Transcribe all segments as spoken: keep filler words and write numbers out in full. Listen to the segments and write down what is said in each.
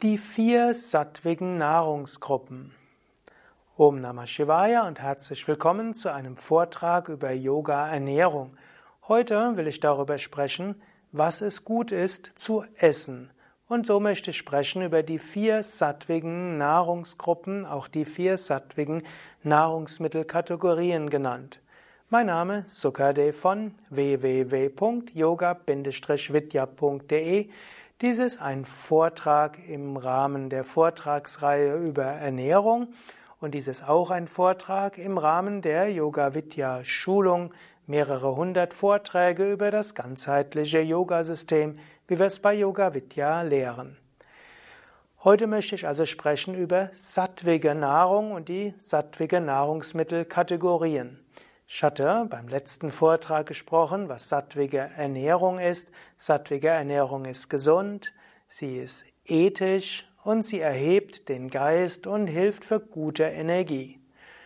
Die vier sattwigen Nahrungsgruppen. Om Namah Shivaya und herzlich willkommen zu einem Vortrag über Yoga-Ernährung. Heute will ich darüber sprechen, was es gut ist zu essen. Und so möchte ich sprechen über die vier sattwigen Nahrungsgruppen, auch die vier sattwigen Nahrungsmittelkategorien genannt. Mein Name ist Sukadev von w w w punkt yoga vidya punkt de. Dies ist ein Vortrag im Rahmen der Vortragsreihe über Ernährung und dies ist auch ein Vortrag im Rahmen der Yoga Vidya Schulung, mehrere hundert Vorträge über das ganzheitliche Yogasystem, wie wir es bei Yoga Vidya lehren. Heute möchte ich also sprechen über sattwige Nahrung und die sattwige Nahrungsmittelkategorien. Ich hatte beim letzten Vortrag gesprochen, was sattwige Ernährung ist. Sattwige Ernährung ist gesund, sie ist ethisch und sie erhebt den Geist und hilft für gute Energie.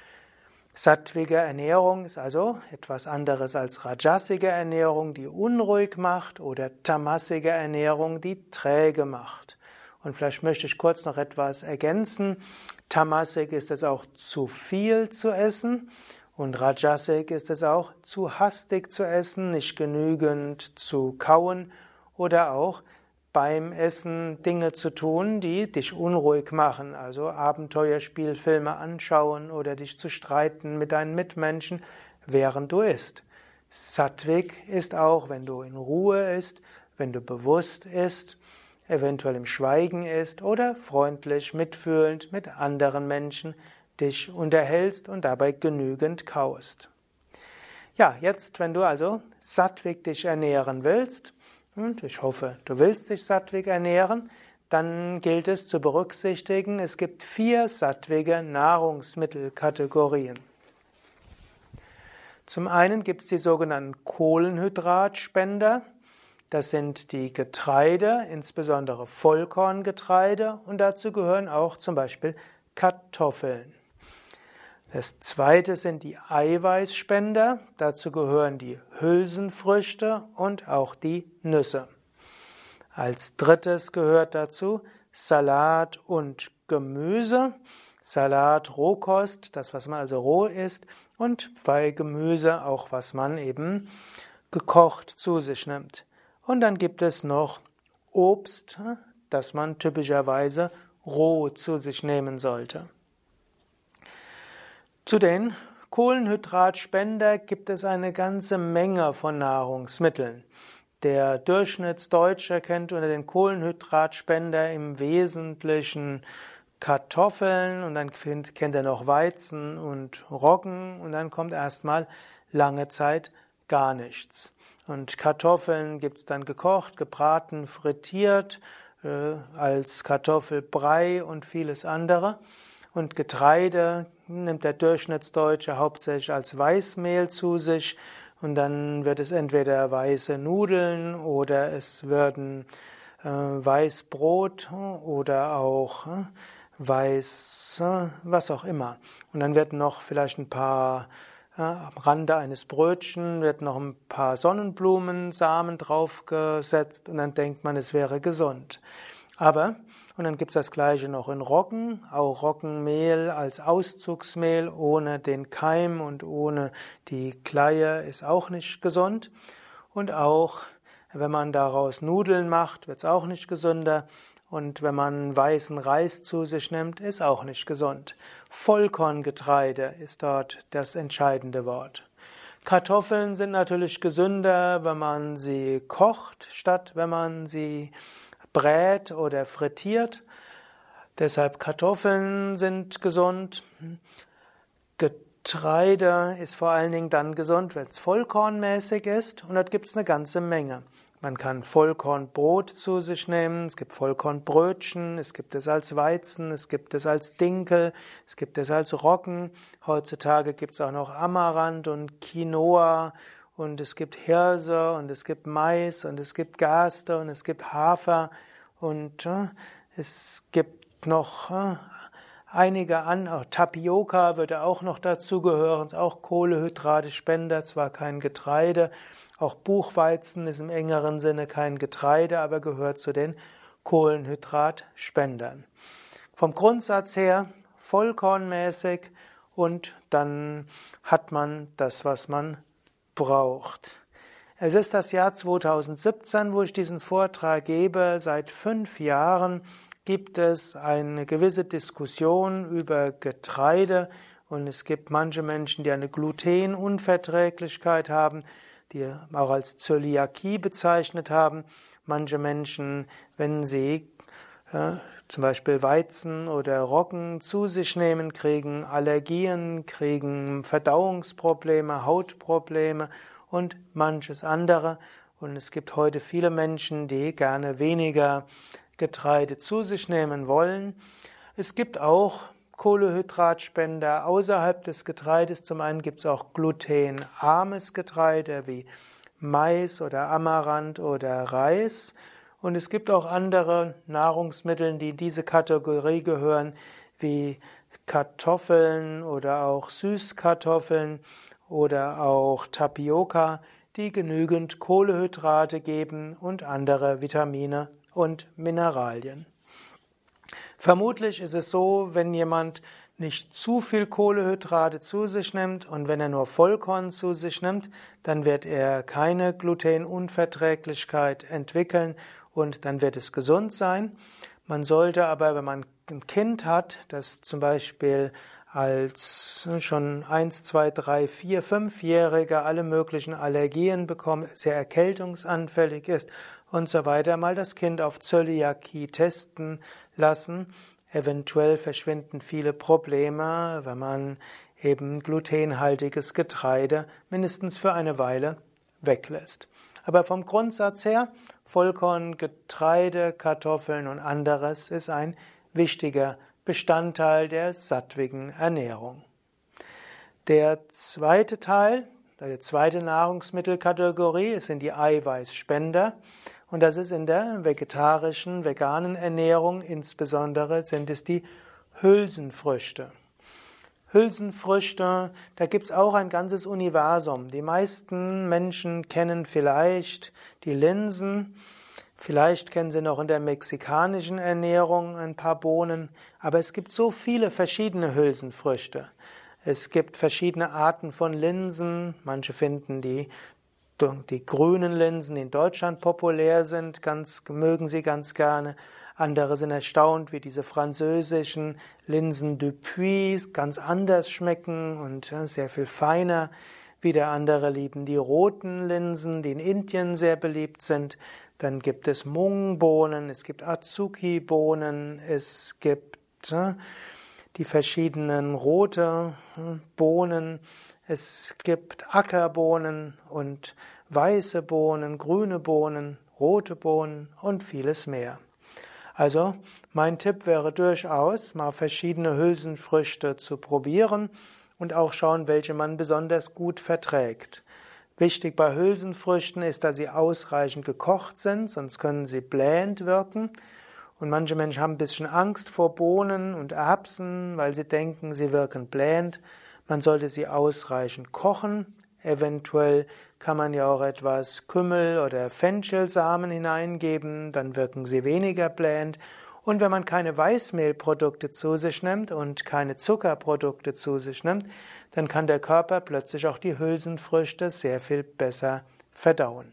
Sattwige Ernährung ist also etwas anderes als rajasige Ernährung, die unruhig macht, oder tamasige Ernährung, die träge macht. Und vielleicht möchte ich kurz noch etwas ergänzen. Tamasig ist es auch zu viel zu essen. Und Rajasik ist es auch zu hastig zu essen, nicht genügend zu kauen oder auch beim Essen Dinge zu tun, die dich unruhig machen, also Abenteuerspielfilme anschauen oder dich zu streiten mit deinen Mitmenschen, während du isst. Sattvik ist auch, wenn du in Ruhe isst, wenn du bewusst isst, eventuell im Schweigen isst oder freundlich, mitfühlend mit anderen Menschen dich unterhältst und dabei genügend kaust. Ja, jetzt, wenn du also sattwig dich ernähren willst, und ich hoffe, du willst dich sattwig ernähren, dann gilt es zu berücksichtigen, es gibt vier sattwige Nahrungsmittelkategorien. Zum einen gibt es die sogenannten Kohlenhydratspender. Das sind die Getreide, insbesondere Vollkorngetreide, und dazu gehören auch zum Beispiel Kartoffeln. Das zweite sind die Eiweißspender, dazu gehören die Hülsenfrüchte und auch die Nüsse. Als drittes gehört dazu Salat und Gemüse, Salat, Rohkost, das was man also roh isst, und bei Gemüse auch was man eben gekocht zu sich nimmt. Und dann gibt es noch Obst, das man typischerweise roh zu sich nehmen sollte. Zu den Kohlenhydratspender gibt es eine ganze Menge von Nahrungsmitteln. Der Durchschnittsdeutsche kennt unter den Kohlenhydratspender im Wesentlichen Kartoffeln und dann kennt er noch Weizen und Roggen und dann kommt erstmal lange Zeit gar nichts. Und Kartoffeln gibt es dann gekocht, gebraten, frittiert, äh, als Kartoffelbrei und vieles andere. Und Getreide nimmt der Durchschnittsdeutsche hauptsächlich als Weißmehl zu sich und dann wird es entweder weiße Nudeln oder es werden äh, Weißbrot oder auch äh, Weiß, äh, was auch immer. Und dann wird noch vielleicht ein paar, äh, am Rande eines Brötchen wird noch ein paar Sonnenblumensamen draufgesetzt und dann denkt man, es wäre gesund. Aber, und dann gibt es das Gleiche noch in Roggen, auch Roggenmehl als Auszugsmehl ohne den Keim und ohne die Kleie ist auch nicht gesund. Und auch, wenn man daraus Nudeln macht, wird es auch nicht gesünder. Und wenn man weißen Reis zu sich nimmt, ist auch nicht gesund. Vollkorngetreide ist dort das entscheidende Wort. Kartoffeln sind natürlich gesünder, wenn man sie kocht, statt wenn man sie brät oder frittiert. Deshalb Kartoffeln sind gesund. Getreide ist vor allen Dingen dann gesund, wenn es vollkornmäßig ist. Und dort gibt es eine ganze Menge. Man kann Vollkornbrot zu sich nehmen, es gibt Vollkornbrötchen, es gibt es als Weizen, es gibt es als Dinkel, es gibt es als Roggen. Heutzutage gibt es auch noch Amaranth und Quinoa. Und es gibt Hirse und es gibt Mais und es gibt Gerste und es gibt Hafer und äh, es gibt noch äh, einige an, auch Tapioca würde auch noch dazu gehören, ist auch Kohlenhydratespender, zwar kein Getreide, auch Buchweizen ist im engeren Sinne kein Getreide, aber gehört zu den Kohlenhydratspendern. Vom Grundsatz her vollkornmäßig und dann hat man das, was man braucht. Es ist das Jahr zweitausendsiebzehn, wo ich diesen Vortrag gebe. Seit fünf Jahren gibt es eine gewisse Diskussion über Getreide und es gibt manche Menschen, die eine Glutenunverträglichkeit haben, die auch als Zöliakie bezeichnet haben. Manche Menschen, wenn sie ja, zum Beispiel Weizen oder Roggen zu sich nehmen, kriegen Allergien, kriegen Verdauungsprobleme, Hautprobleme und manches andere. Und es gibt heute viele Menschen, die gerne weniger Getreide zu sich nehmen wollen. Es gibt auch Kohlehydratspender außerhalb des Getreides. Zum einen gibt es auch glutenarmes Getreide wie Mais oder Amaranth oder Reis. Und es gibt auch andere Nahrungsmittel, die in diese Kategorie gehören, wie Kartoffeln oder auch Süßkartoffeln oder auch Tapioca, die genügend Kohlenhydrate geben und andere Vitamine und Mineralien. Vermutlich ist es so, wenn jemand nicht zu viel Kohlenhydrate zu sich nimmt und wenn er nur Vollkorn zu sich nimmt, dann wird er keine Glutenunverträglichkeit entwickeln und dann wird es gesund sein. Man sollte aber, wenn man ein Kind hat, das zum Beispiel als schon eins, zwei, drei, vier, fünfjährige alle möglichen Allergien bekommt, sehr erkältungsanfällig ist und so weiter, mal das Kind auf Zöliakie testen lassen. Eventuell verschwinden viele Probleme, wenn man eben glutenhaltiges Getreide mindestens für eine Weile weglässt. Aber vom Grundsatz her, Vollkorn, Getreide, Kartoffeln und anderes ist ein wichtiger Bestandteil der sattwigen Ernährung. Der zweite Teil, die zweite Nahrungsmittelkategorie, sind die Eiweißspender. Und das ist in der vegetarischen, veganen Ernährung, insbesondere sind es die Hülsenfrüchte. Hülsenfrüchte, da gibt es auch ein ganzes Universum. Die meisten Menschen kennen vielleicht die Linsen, vielleicht kennen sie noch in der mexikanischen Ernährung ein paar Bohnen, aber es gibt so viele verschiedene Hülsenfrüchte. Es gibt verschiedene Arten von Linsen, manche finden die Die grünen Linsen, die in Deutschland populär sind, ganz, mögen sie ganz gerne. Andere sind erstaunt, wie diese französischen Linsen Dupuis ganz anders schmecken und ja, sehr viel feiner. Wieder andere lieben die roten Linsen, die in Indien sehr beliebt sind. Dann gibt es Mungbohnen, es gibt Azuki-Bohnen, es gibt ja, die verschiedenen rote Bohnen. Es gibt Ackerbohnen und weiße Bohnen, grüne Bohnen, rote Bohnen und vieles mehr. Also mein Tipp wäre durchaus, mal verschiedene Hülsenfrüchte zu probieren und auch schauen, welche man besonders gut verträgt. Wichtig bei Hülsenfrüchten ist, dass sie ausreichend gekocht sind, sonst können sie blähend wirken. Und manche Menschen haben ein bisschen Angst vor Bohnen und Erbsen, weil sie denken, sie wirken blähend. Man sollte sie ausreichend kochen. Eventuell kann man ja auch etwas Kümmel oder Fenchelsamen hineingeben, dann wirken sie weniger blähend. Und wenn man keine Weißmehlprodukte zu sich nimmt und keine Zuckerprodukte zu sich nimmt, dann kann der Körper plötzlich auch die Hülsenfrüchte sehr viel besser verdauen.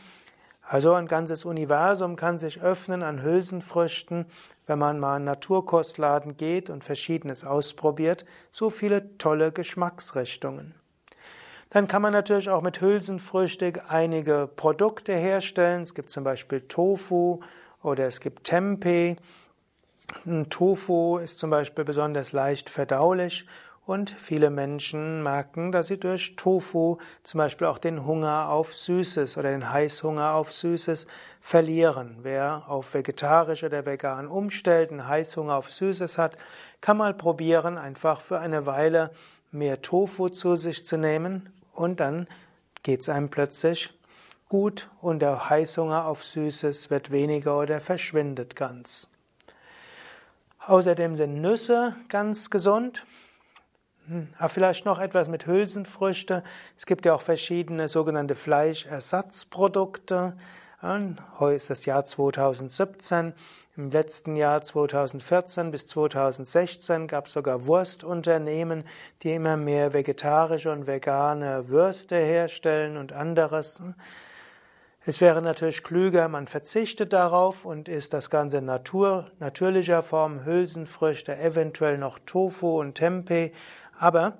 Also ein ganzes Universum kann sich öffnen an Hülsenfrüchten, wenn man mal in einen Naturkostladen geht und Verschiedenes ausprobiert. So viele tolle Geschmacksrichtungen. Dann kann man natürlich auch mit Hülsenfrüchten einige Produkte herstellen. Es gibt zum Beispiel Tofu oder es gibt Tempeh. Tofu ist zum Beispiel besonders leicht verdaulich. Und viele Menschen merken, dass sie durch Tofu zum Beispiel auch den Hunger auf Süßes oder den Heißhunger auf Süßes verlieren. Wer auf vegetarisch oder vegan umstellt, einen Heißhunger auf Süßes hat, kann mal probieren, einfach für eine Weile mehr Tofu zu sich zu nehmen und dann geht es einem plötzlich gut und der Heißhunger auf Süßes wird weniger oder verschwindet ganz. Außerdem sind Nüsse ganz gesund. Aber vielleicht noch etwas mit Hülsenfrüchte. Es gibt ja auch verschiedene sogenannte Fleischersatzprodukte. Heute ist das Jahr zweitausendsiebzehn. Im letzten Jahr zweitausendvierzehn bis zweitausendsechzehn gab es sogar Wurstunternehmen, die immer mehr vegetarische und vegane Würste herstellen und anderes. Es wäre natürlich klüger, man verzichtet darauf und isst das Ganze in Natur, natürlicher Form, Hülsenfrüchte, eventuell noch Tofu und Tempeh, aber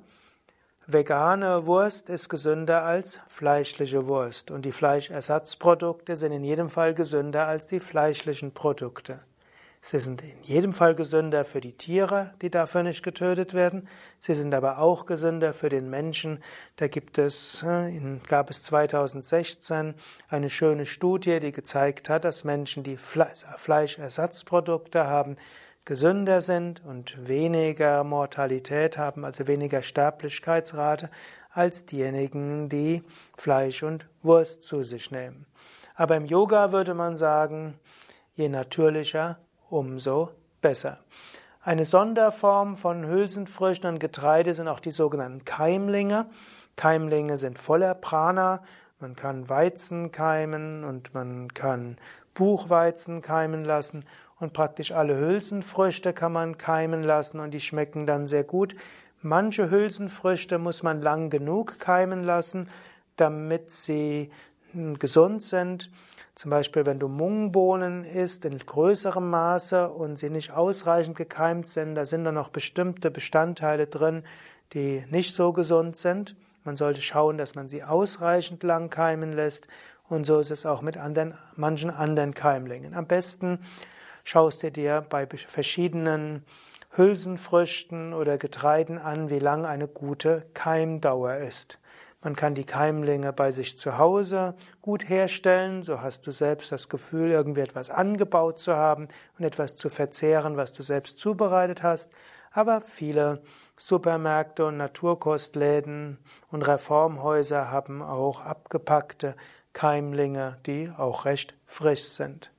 vegane Wurst ist gesünder als fleischliche Wurst und die Fleischersatzprodukte sind in jedem Fall gesünder als die fleischlichen Produkte. Sie sind in jedem Fall gesünder für die Tiere, die dafür nicht getötet werden. Sie sind aber auch gesünder für den Menschen. Da gibt es, gab es zweitausendsechzehn eine schöne Studie, die gezeigt hat, dass Menschen, die Fleischersatzprodukte haben, gesünder sind und weniger Mortalität haben, also weniger Sterblichkeitsrate, als diejenigen, die Fleisch und Wurst zu sich nehmen. Aber im Yoga würde man sagen, je natürlicher, umso besser. Eine Sonderform von Hülsenfrüchten und Getreide sind auch die sogenannten Keimlinge. Keimlinge sind voller Prana. Man kann Weizen keimen und man kann Buchweizen keimen lassen. Und praktisch alle Hülsenfrüchte kann man keimen lassen und die schmecken dann sehr gut. Manche Hülsenfrüchte muss man lang genug keimen lassen, damit sie gesund sind. Zum Beispiel, wenn du Mungbohnen isst in größerem Maße und sie nicht ausreichend gekeimt sind, da sind dann noch bestimmte Bestandteile drin, die nicht so gesund sind. Man sollte schauen, dass man sie ausreichend lang keimen lässt. Und so ist es auch mit anderen, manchen anderen Keimlingen. Am besten schaust du dir bei verschiedenen Hülsenfrüchten oder Getreiden an, wie lang eine gute Keimdauer ist. Man kann die Keimlinge bei sich zu Hause gut herstellen, so hast du selbst das Gefühl, irgendwie etwas angebaut zu haben und etwas zu verzehren, was du selbst zubereitet hast. Aber viele Supermärkte und Naturkostläden und Reformhäuser haben auch abgepackte Keimlinge, die auch recht frisch sind.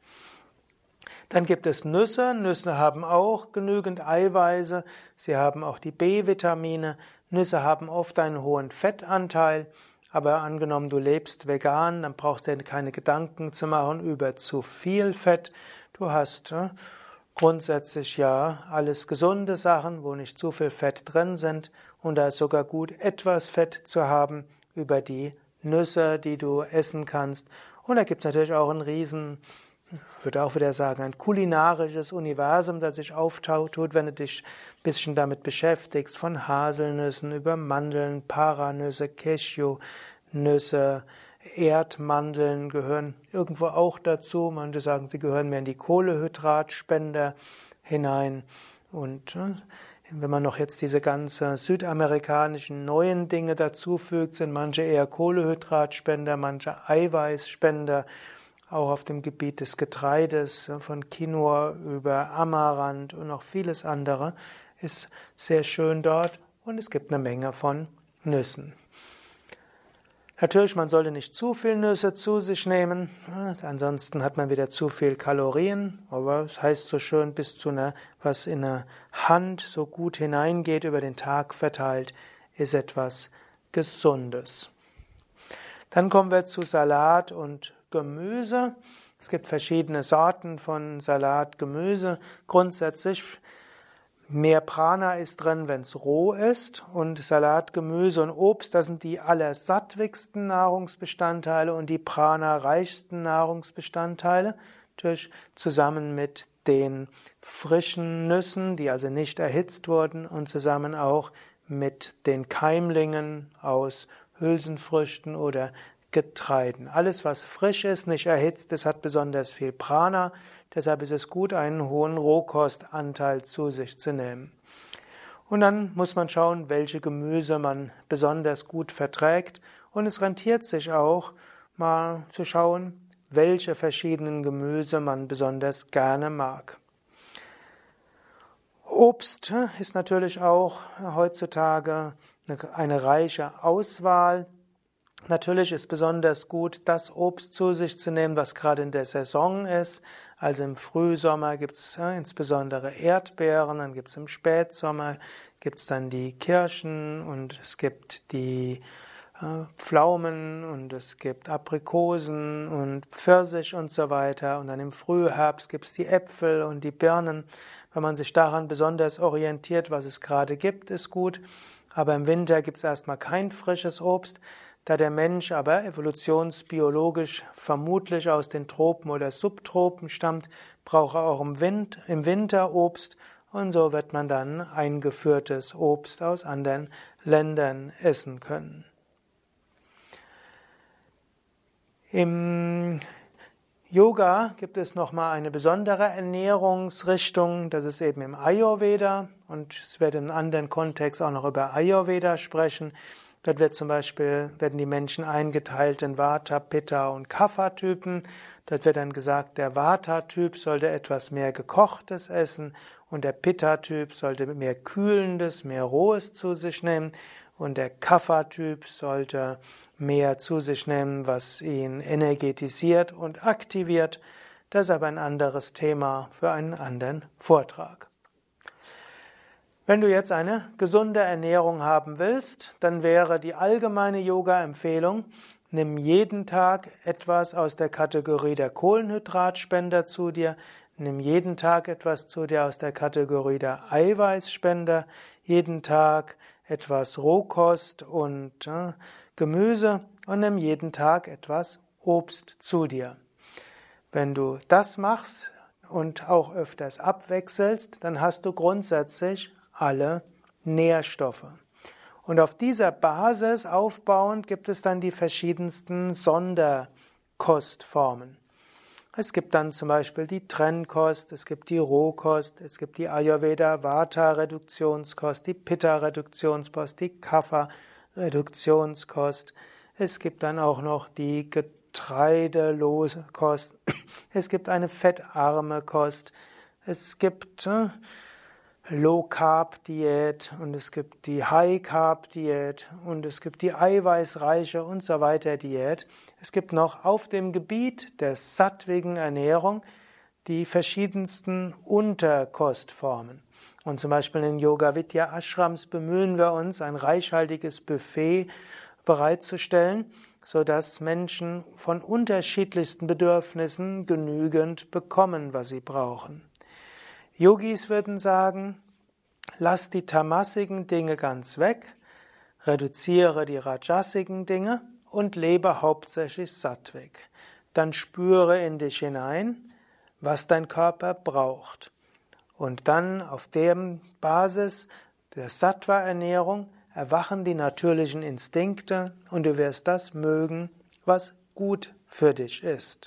Dann gibt es Nüsse. Nüsse haben auch genügend Eiweiße. Sie haben auch die B-Vitamine. Nüsse haben oft einen hohen Fettanteil. Aber angenommen, du lebst vegan, dann brauchst du dir keine Gedanken zu machen über zu viel Fett. Du hast äh, grundsätzlich ja alles gesunde Sachen, wo nicht zu viel Fett drin sind. Und da ist sogar gut, etwas Fett zu haben über die Nüsse, die du essen kannst. Und da gibt es natürlich auch einen riesen Ich würde auch wieder sagen, ein kulinarisches Universum, das sich auftut, wenn du dich ein bisschen damit beschäftigst, von Haselnüssen über Mandeln, Paranüsse, Cashewnüsse, Erdmandeln gehören irgendwo auch dazu. Manche sagen, sie gehören mehr in die Kohlehydratspender hinein. Und wenn man noch jetzt diese ganzen südamerikanischen neuen Dinge dazufügt, sind manche eher Kohlehydratspender, manche Eiweißspender. Auch auf dem Gebiet des Getreides, von Quinoa über Amaranth und noch vieles andere, ist sehr schön dort und es gibt eine Menge von Nüssen. Natürlich, man sollte nicht zu viel Nüsse zu sich nehmen, ansonsten hat man wieder zu viel Kalorien, aber es heißt so schön, bis zu einer, was in eine Hand so gut hineingeht, über den Tag verteilt, ist etwas Gesundes. Dann kommen wir zu Salat und Gemüse. Es gibt verschiedene Sorten von Salat, Gemüse. Grundsätzlich mehr Prana ist drin, wenn es roh ist. Und Salat, Gemüse und Obst, das sind die allersattwigsten Nahrungsbestandteile und die prana-reichsten Nahrungsbestandteile. Natürlich zusammen mit den frischen Nüssen, die also nicht erhitzt wurden, und zusammen auch mit den Keimlingen aus Hülsenfrüchten oder Getreiden. Alles, was frisch ist, nicht erhitzt ist, hat besonders viel Prana. Deshalb ist es gut, einen hohen Rohkostanteil zu sich zu nehmen. Und dann muss man schauen, welche Gemüse man besonders gut verträgt. Und es rentiert sich auch, mal zu schauen, welche verschiedenen Gemüse man besonders gerne mag. Obst ist natürlich auch heutzutage eine, eine reiche Auswahl. Natürlich ist besonders gut, das Obst zu sich zu nehmen, was gerade in der Saison ist. Also im Frühsommer gibt es ja, insbesondere Erdbeeren, dann gibt es im Spätsommer, gibt es dann die Kirschen und es gibt die äh, Pflaumen und es gibt Aprikosen und Pfirsich und so weiter. Und dann im Frühherbst gibt es die Äpfel und die Birnen. Wenn man sich daran besonders orientiert, was es gerade gibt, ist gut. Aber im Winter gibt es erstmal kein frisches Obst. Da der Mensch aber evolutionsbiologisch vermutlich aus den Tropen oder Subtropen stammt, braucht er auch im Wind, im Winter Obst und so wird man dann eingeführtes Obst aus anderen Ländern essen können. Im Yoga gibt es nochmal eine besondere Ernährungsrichtung, das ist eben im Ayurveda und es wird in einem anderen Kontext auch noch über Ayurveda sprechen. Dort wird zum Beispiel, werden die Menschen eingeteilt in Vata, Pitta und Kapha-Typen. Dort wird dann gesagt, der Vata-Typ sollte etwas mehr Gekochtes essen und der Pitta-Typ sollte mehr Kühlendes, mehr Rohes zu sich nehmen und der Kapha-Typ sollte mehr zu sich nehmen, was ihn energetisiert und aktiviert. Das ist aber ein anderes Thema für einen anderen Vortrag. Wenn du jetzt eine gesunde Ernährung haben willst, dann wäre die allgemeine Yoga-Empfehlung, nimm jeden Tag etwas aus der Kategorie der Kohlenhydratspender zu dir, nimm jeden Tag etwas zu dir aus der Kategorie der Eiweißspender, jeden Tag etwas Rohkost und äh, Gemüse und nimm jeden Tag etwas Obst zu dir. Wenn du das machst und auch öfters abwechselst, dann hast du grundsätzlich alle Nährstoffe. Und auf dieser Basis aufbauend gibt es dann die verschiedensten Sonderkostformen. Es gibt dann zum Beispiel die Trennkost, es gibt die Rohkost, es gibt die Ayurveda-Vata-Reduktionskost, die Pitta-Reduktionskost, die Kapha-Reduktionskost. Es gibt dann auch noch die getreidelose Kost. Es gibt eine fettarme Kost. Es gibt äh, Low-Carb-Diät und es gibt die High-Carb-Diät und es gibt die eiweißreiche und so weiter Diät. Es gibt noch auf dem Gebiet der sattwigen Ernährung die verschiedensten Unterkostformen. Und zum Beispiel in Yoga Vidya Ashrams bemühen wir uns, ein reichhaltiges Buffet bereitzustellen, sodass Menschen von unterschiedlichsten Bedürfnissen genügend bekommen, was sie brauchen. Yogis würden sagen, lass die tamasigen Dinge ganz weg, reduziere die rajasigen Dinge und lebe hauptsächlich sattvik. Dann spüre in dich hinein, was dein Körper braucht. Und dann auf der Basis der Sattva-Ernährung erwachen die natürlichen Instinkte und du wirst das mögen, was gut für dich ist.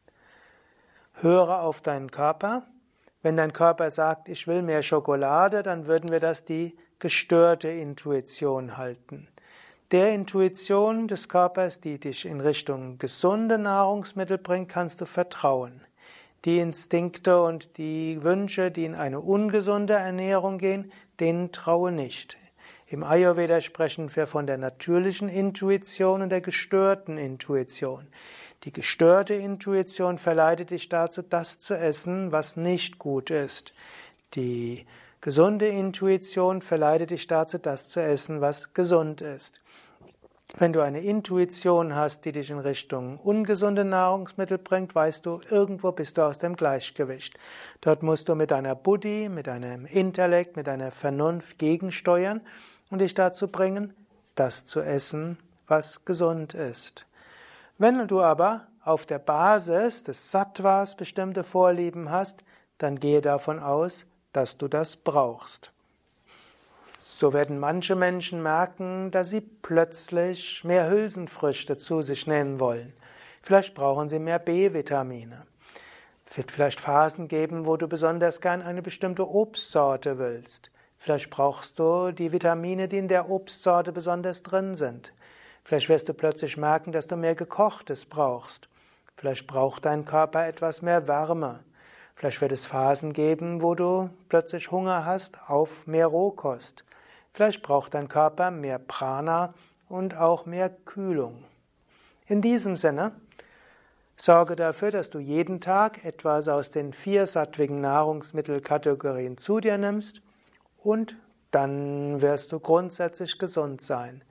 Höre auf deinen Körper. Wenn dein Körper sagt, ich will mehr Schokolade, dann würden wir das die gestörte Intuition halten. Der Intuition des Körpers, die dich in Richtung gesunde Nahrungsmittel bringt, kannst du vertrauen. Die Instinkte und die Wünsche, die in eine ungesunde Ernährung gehen, denen traue nicht. Im Ayurveda sprechen wir von der natürlichen Intuition und der gestörten Intuition. Die gestörte Intuition verleitet dich dazu, das zu essen, was nicht gut ist. Die gesunde Intuition verleitet dich dazu, das zu essen, was gesund ist. Wenn du eine Intuition hast, die dich in Richtung ungesunde Nahrungsmittel bringt, weißt du, irgendwo bist du aus dem Gleichgewicht. Dort musst du mit deiner Buddhi, mit deinem Intellekt, mit deiner Vernunft gegensteuern und dich dazu bringen, das zu essen, was gesund ist. Wenn du aber auf der Basis des Sattvas bestimmte Vorlieben hast, dann gehe davon aus, dass du das brauchst. So werden manche Menschen merken, dass sie plötzlich mehr Hülsenfrüchte zu sich nehmen wollen. Vielleicht brauchen sie mehr B-Vitamine. Es wird vielleicht Phasen geben, wo du besonders gern eine bestimmte Obstsorte willst. Vielleicht brauchst du die Vitamine, die in der Obstsorte besonders drin sind. Vielleicht wirst du plötzlich merken, dass du mehr Gekochtes brauchst. Vielleicht braucht dein Körper etwas mehr Wärme. Vielleicht wird es Phasen geben, wo du plötzlich Hunger hast auf mehr Rohkost. Vielleicht braucht dein Körper mehr Prana und auch mehr Kühlung. In diesem Sinne, sorge dafür, dass du jeden Tag etwas aus den vier sattwigen Nahrungsmittelkategorien zu dir nimmst und dann wirst du grundsätzlich gesund sein.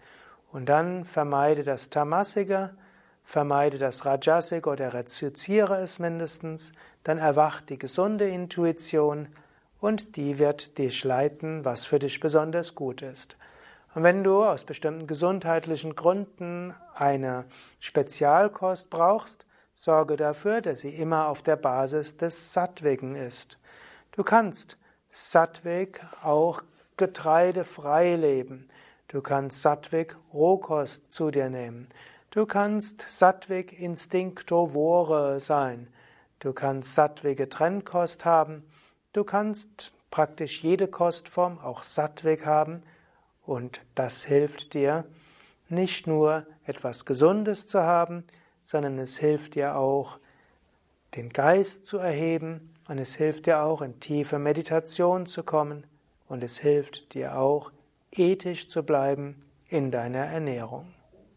Und dann vermeide das Tamasige, vermeide das Rajasige oder reduziere es mindestens. Dann erwacht die gesunde Intuition und die wird dich leiten, was für dich besonders gut ist. Und wenn du aus bestimmten gesundheitlichen Gründen eine Spezialkost brauchst, sorge dafür, dass sie immer auf der Basis des Sattwigen ist. Du kannst Sattvik auch getreidefrei leben. Du kannst Sattvik Rohkost zu dir nehmen. Du kannst Sattvik Instinktovore sein. Du kannst sattvige Trennkost haben. Du kannst praktisch jede Kostform auch Sattvik haben. Und das hilft dir, nicht nur etwas Gesundes zu haben, sondern es hilft dir auch, den Geist zu erheben, und es hilft dir auch, in tiefe Meditation zu kommen, und es hilft dir auch, ethisch zu bleiben in deiner Ernährung.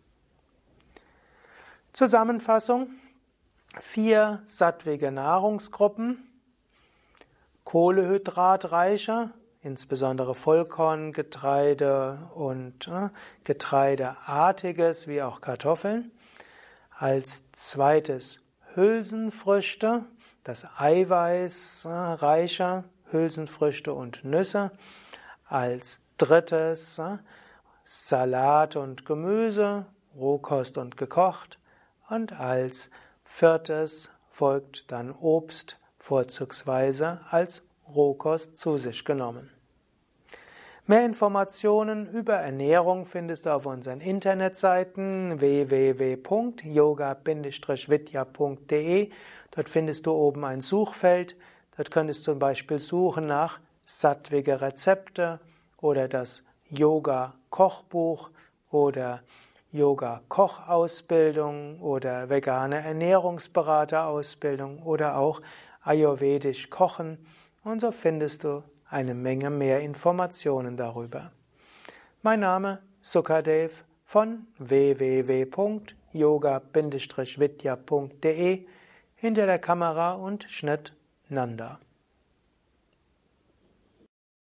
Zusammenfassung: Vier sattwige Nahrungsgruppen, kohlehydratreiche, insbesondere Vollkorngetreide und äh, Getreideartiges wie auch Kartoffeln. Als zweites Hülsenfrüchte, das eiweißreiche Hülsenfrüchte und Nüsse. Als drittes äh, Salat und Gemüse, Rohkost und gekocht. Und als viertes folgt dann Obst, vorzugsweise als Rohkost zu sich genommen. Mehr Informationen über Ernährung findest du auf unseren Internetseiten w w w punkt yoga vidya punkt de. Dort findest du oben ein Suchfeld. Dort könntest du zum Beispiel suchen nach sattwige Rezepte oder das Yoga-Kochbuch oder Yoga-Kochausbildung oder vegane Ernährungsberaterausbildung oder auch ayurvedisch kochen. Und so findest du eine Menge mehr Informationen darüber. Mein Name Sukadev von w w w punkt yoga vidya punkt de, hinter der Kamera und Schnitt Nanda.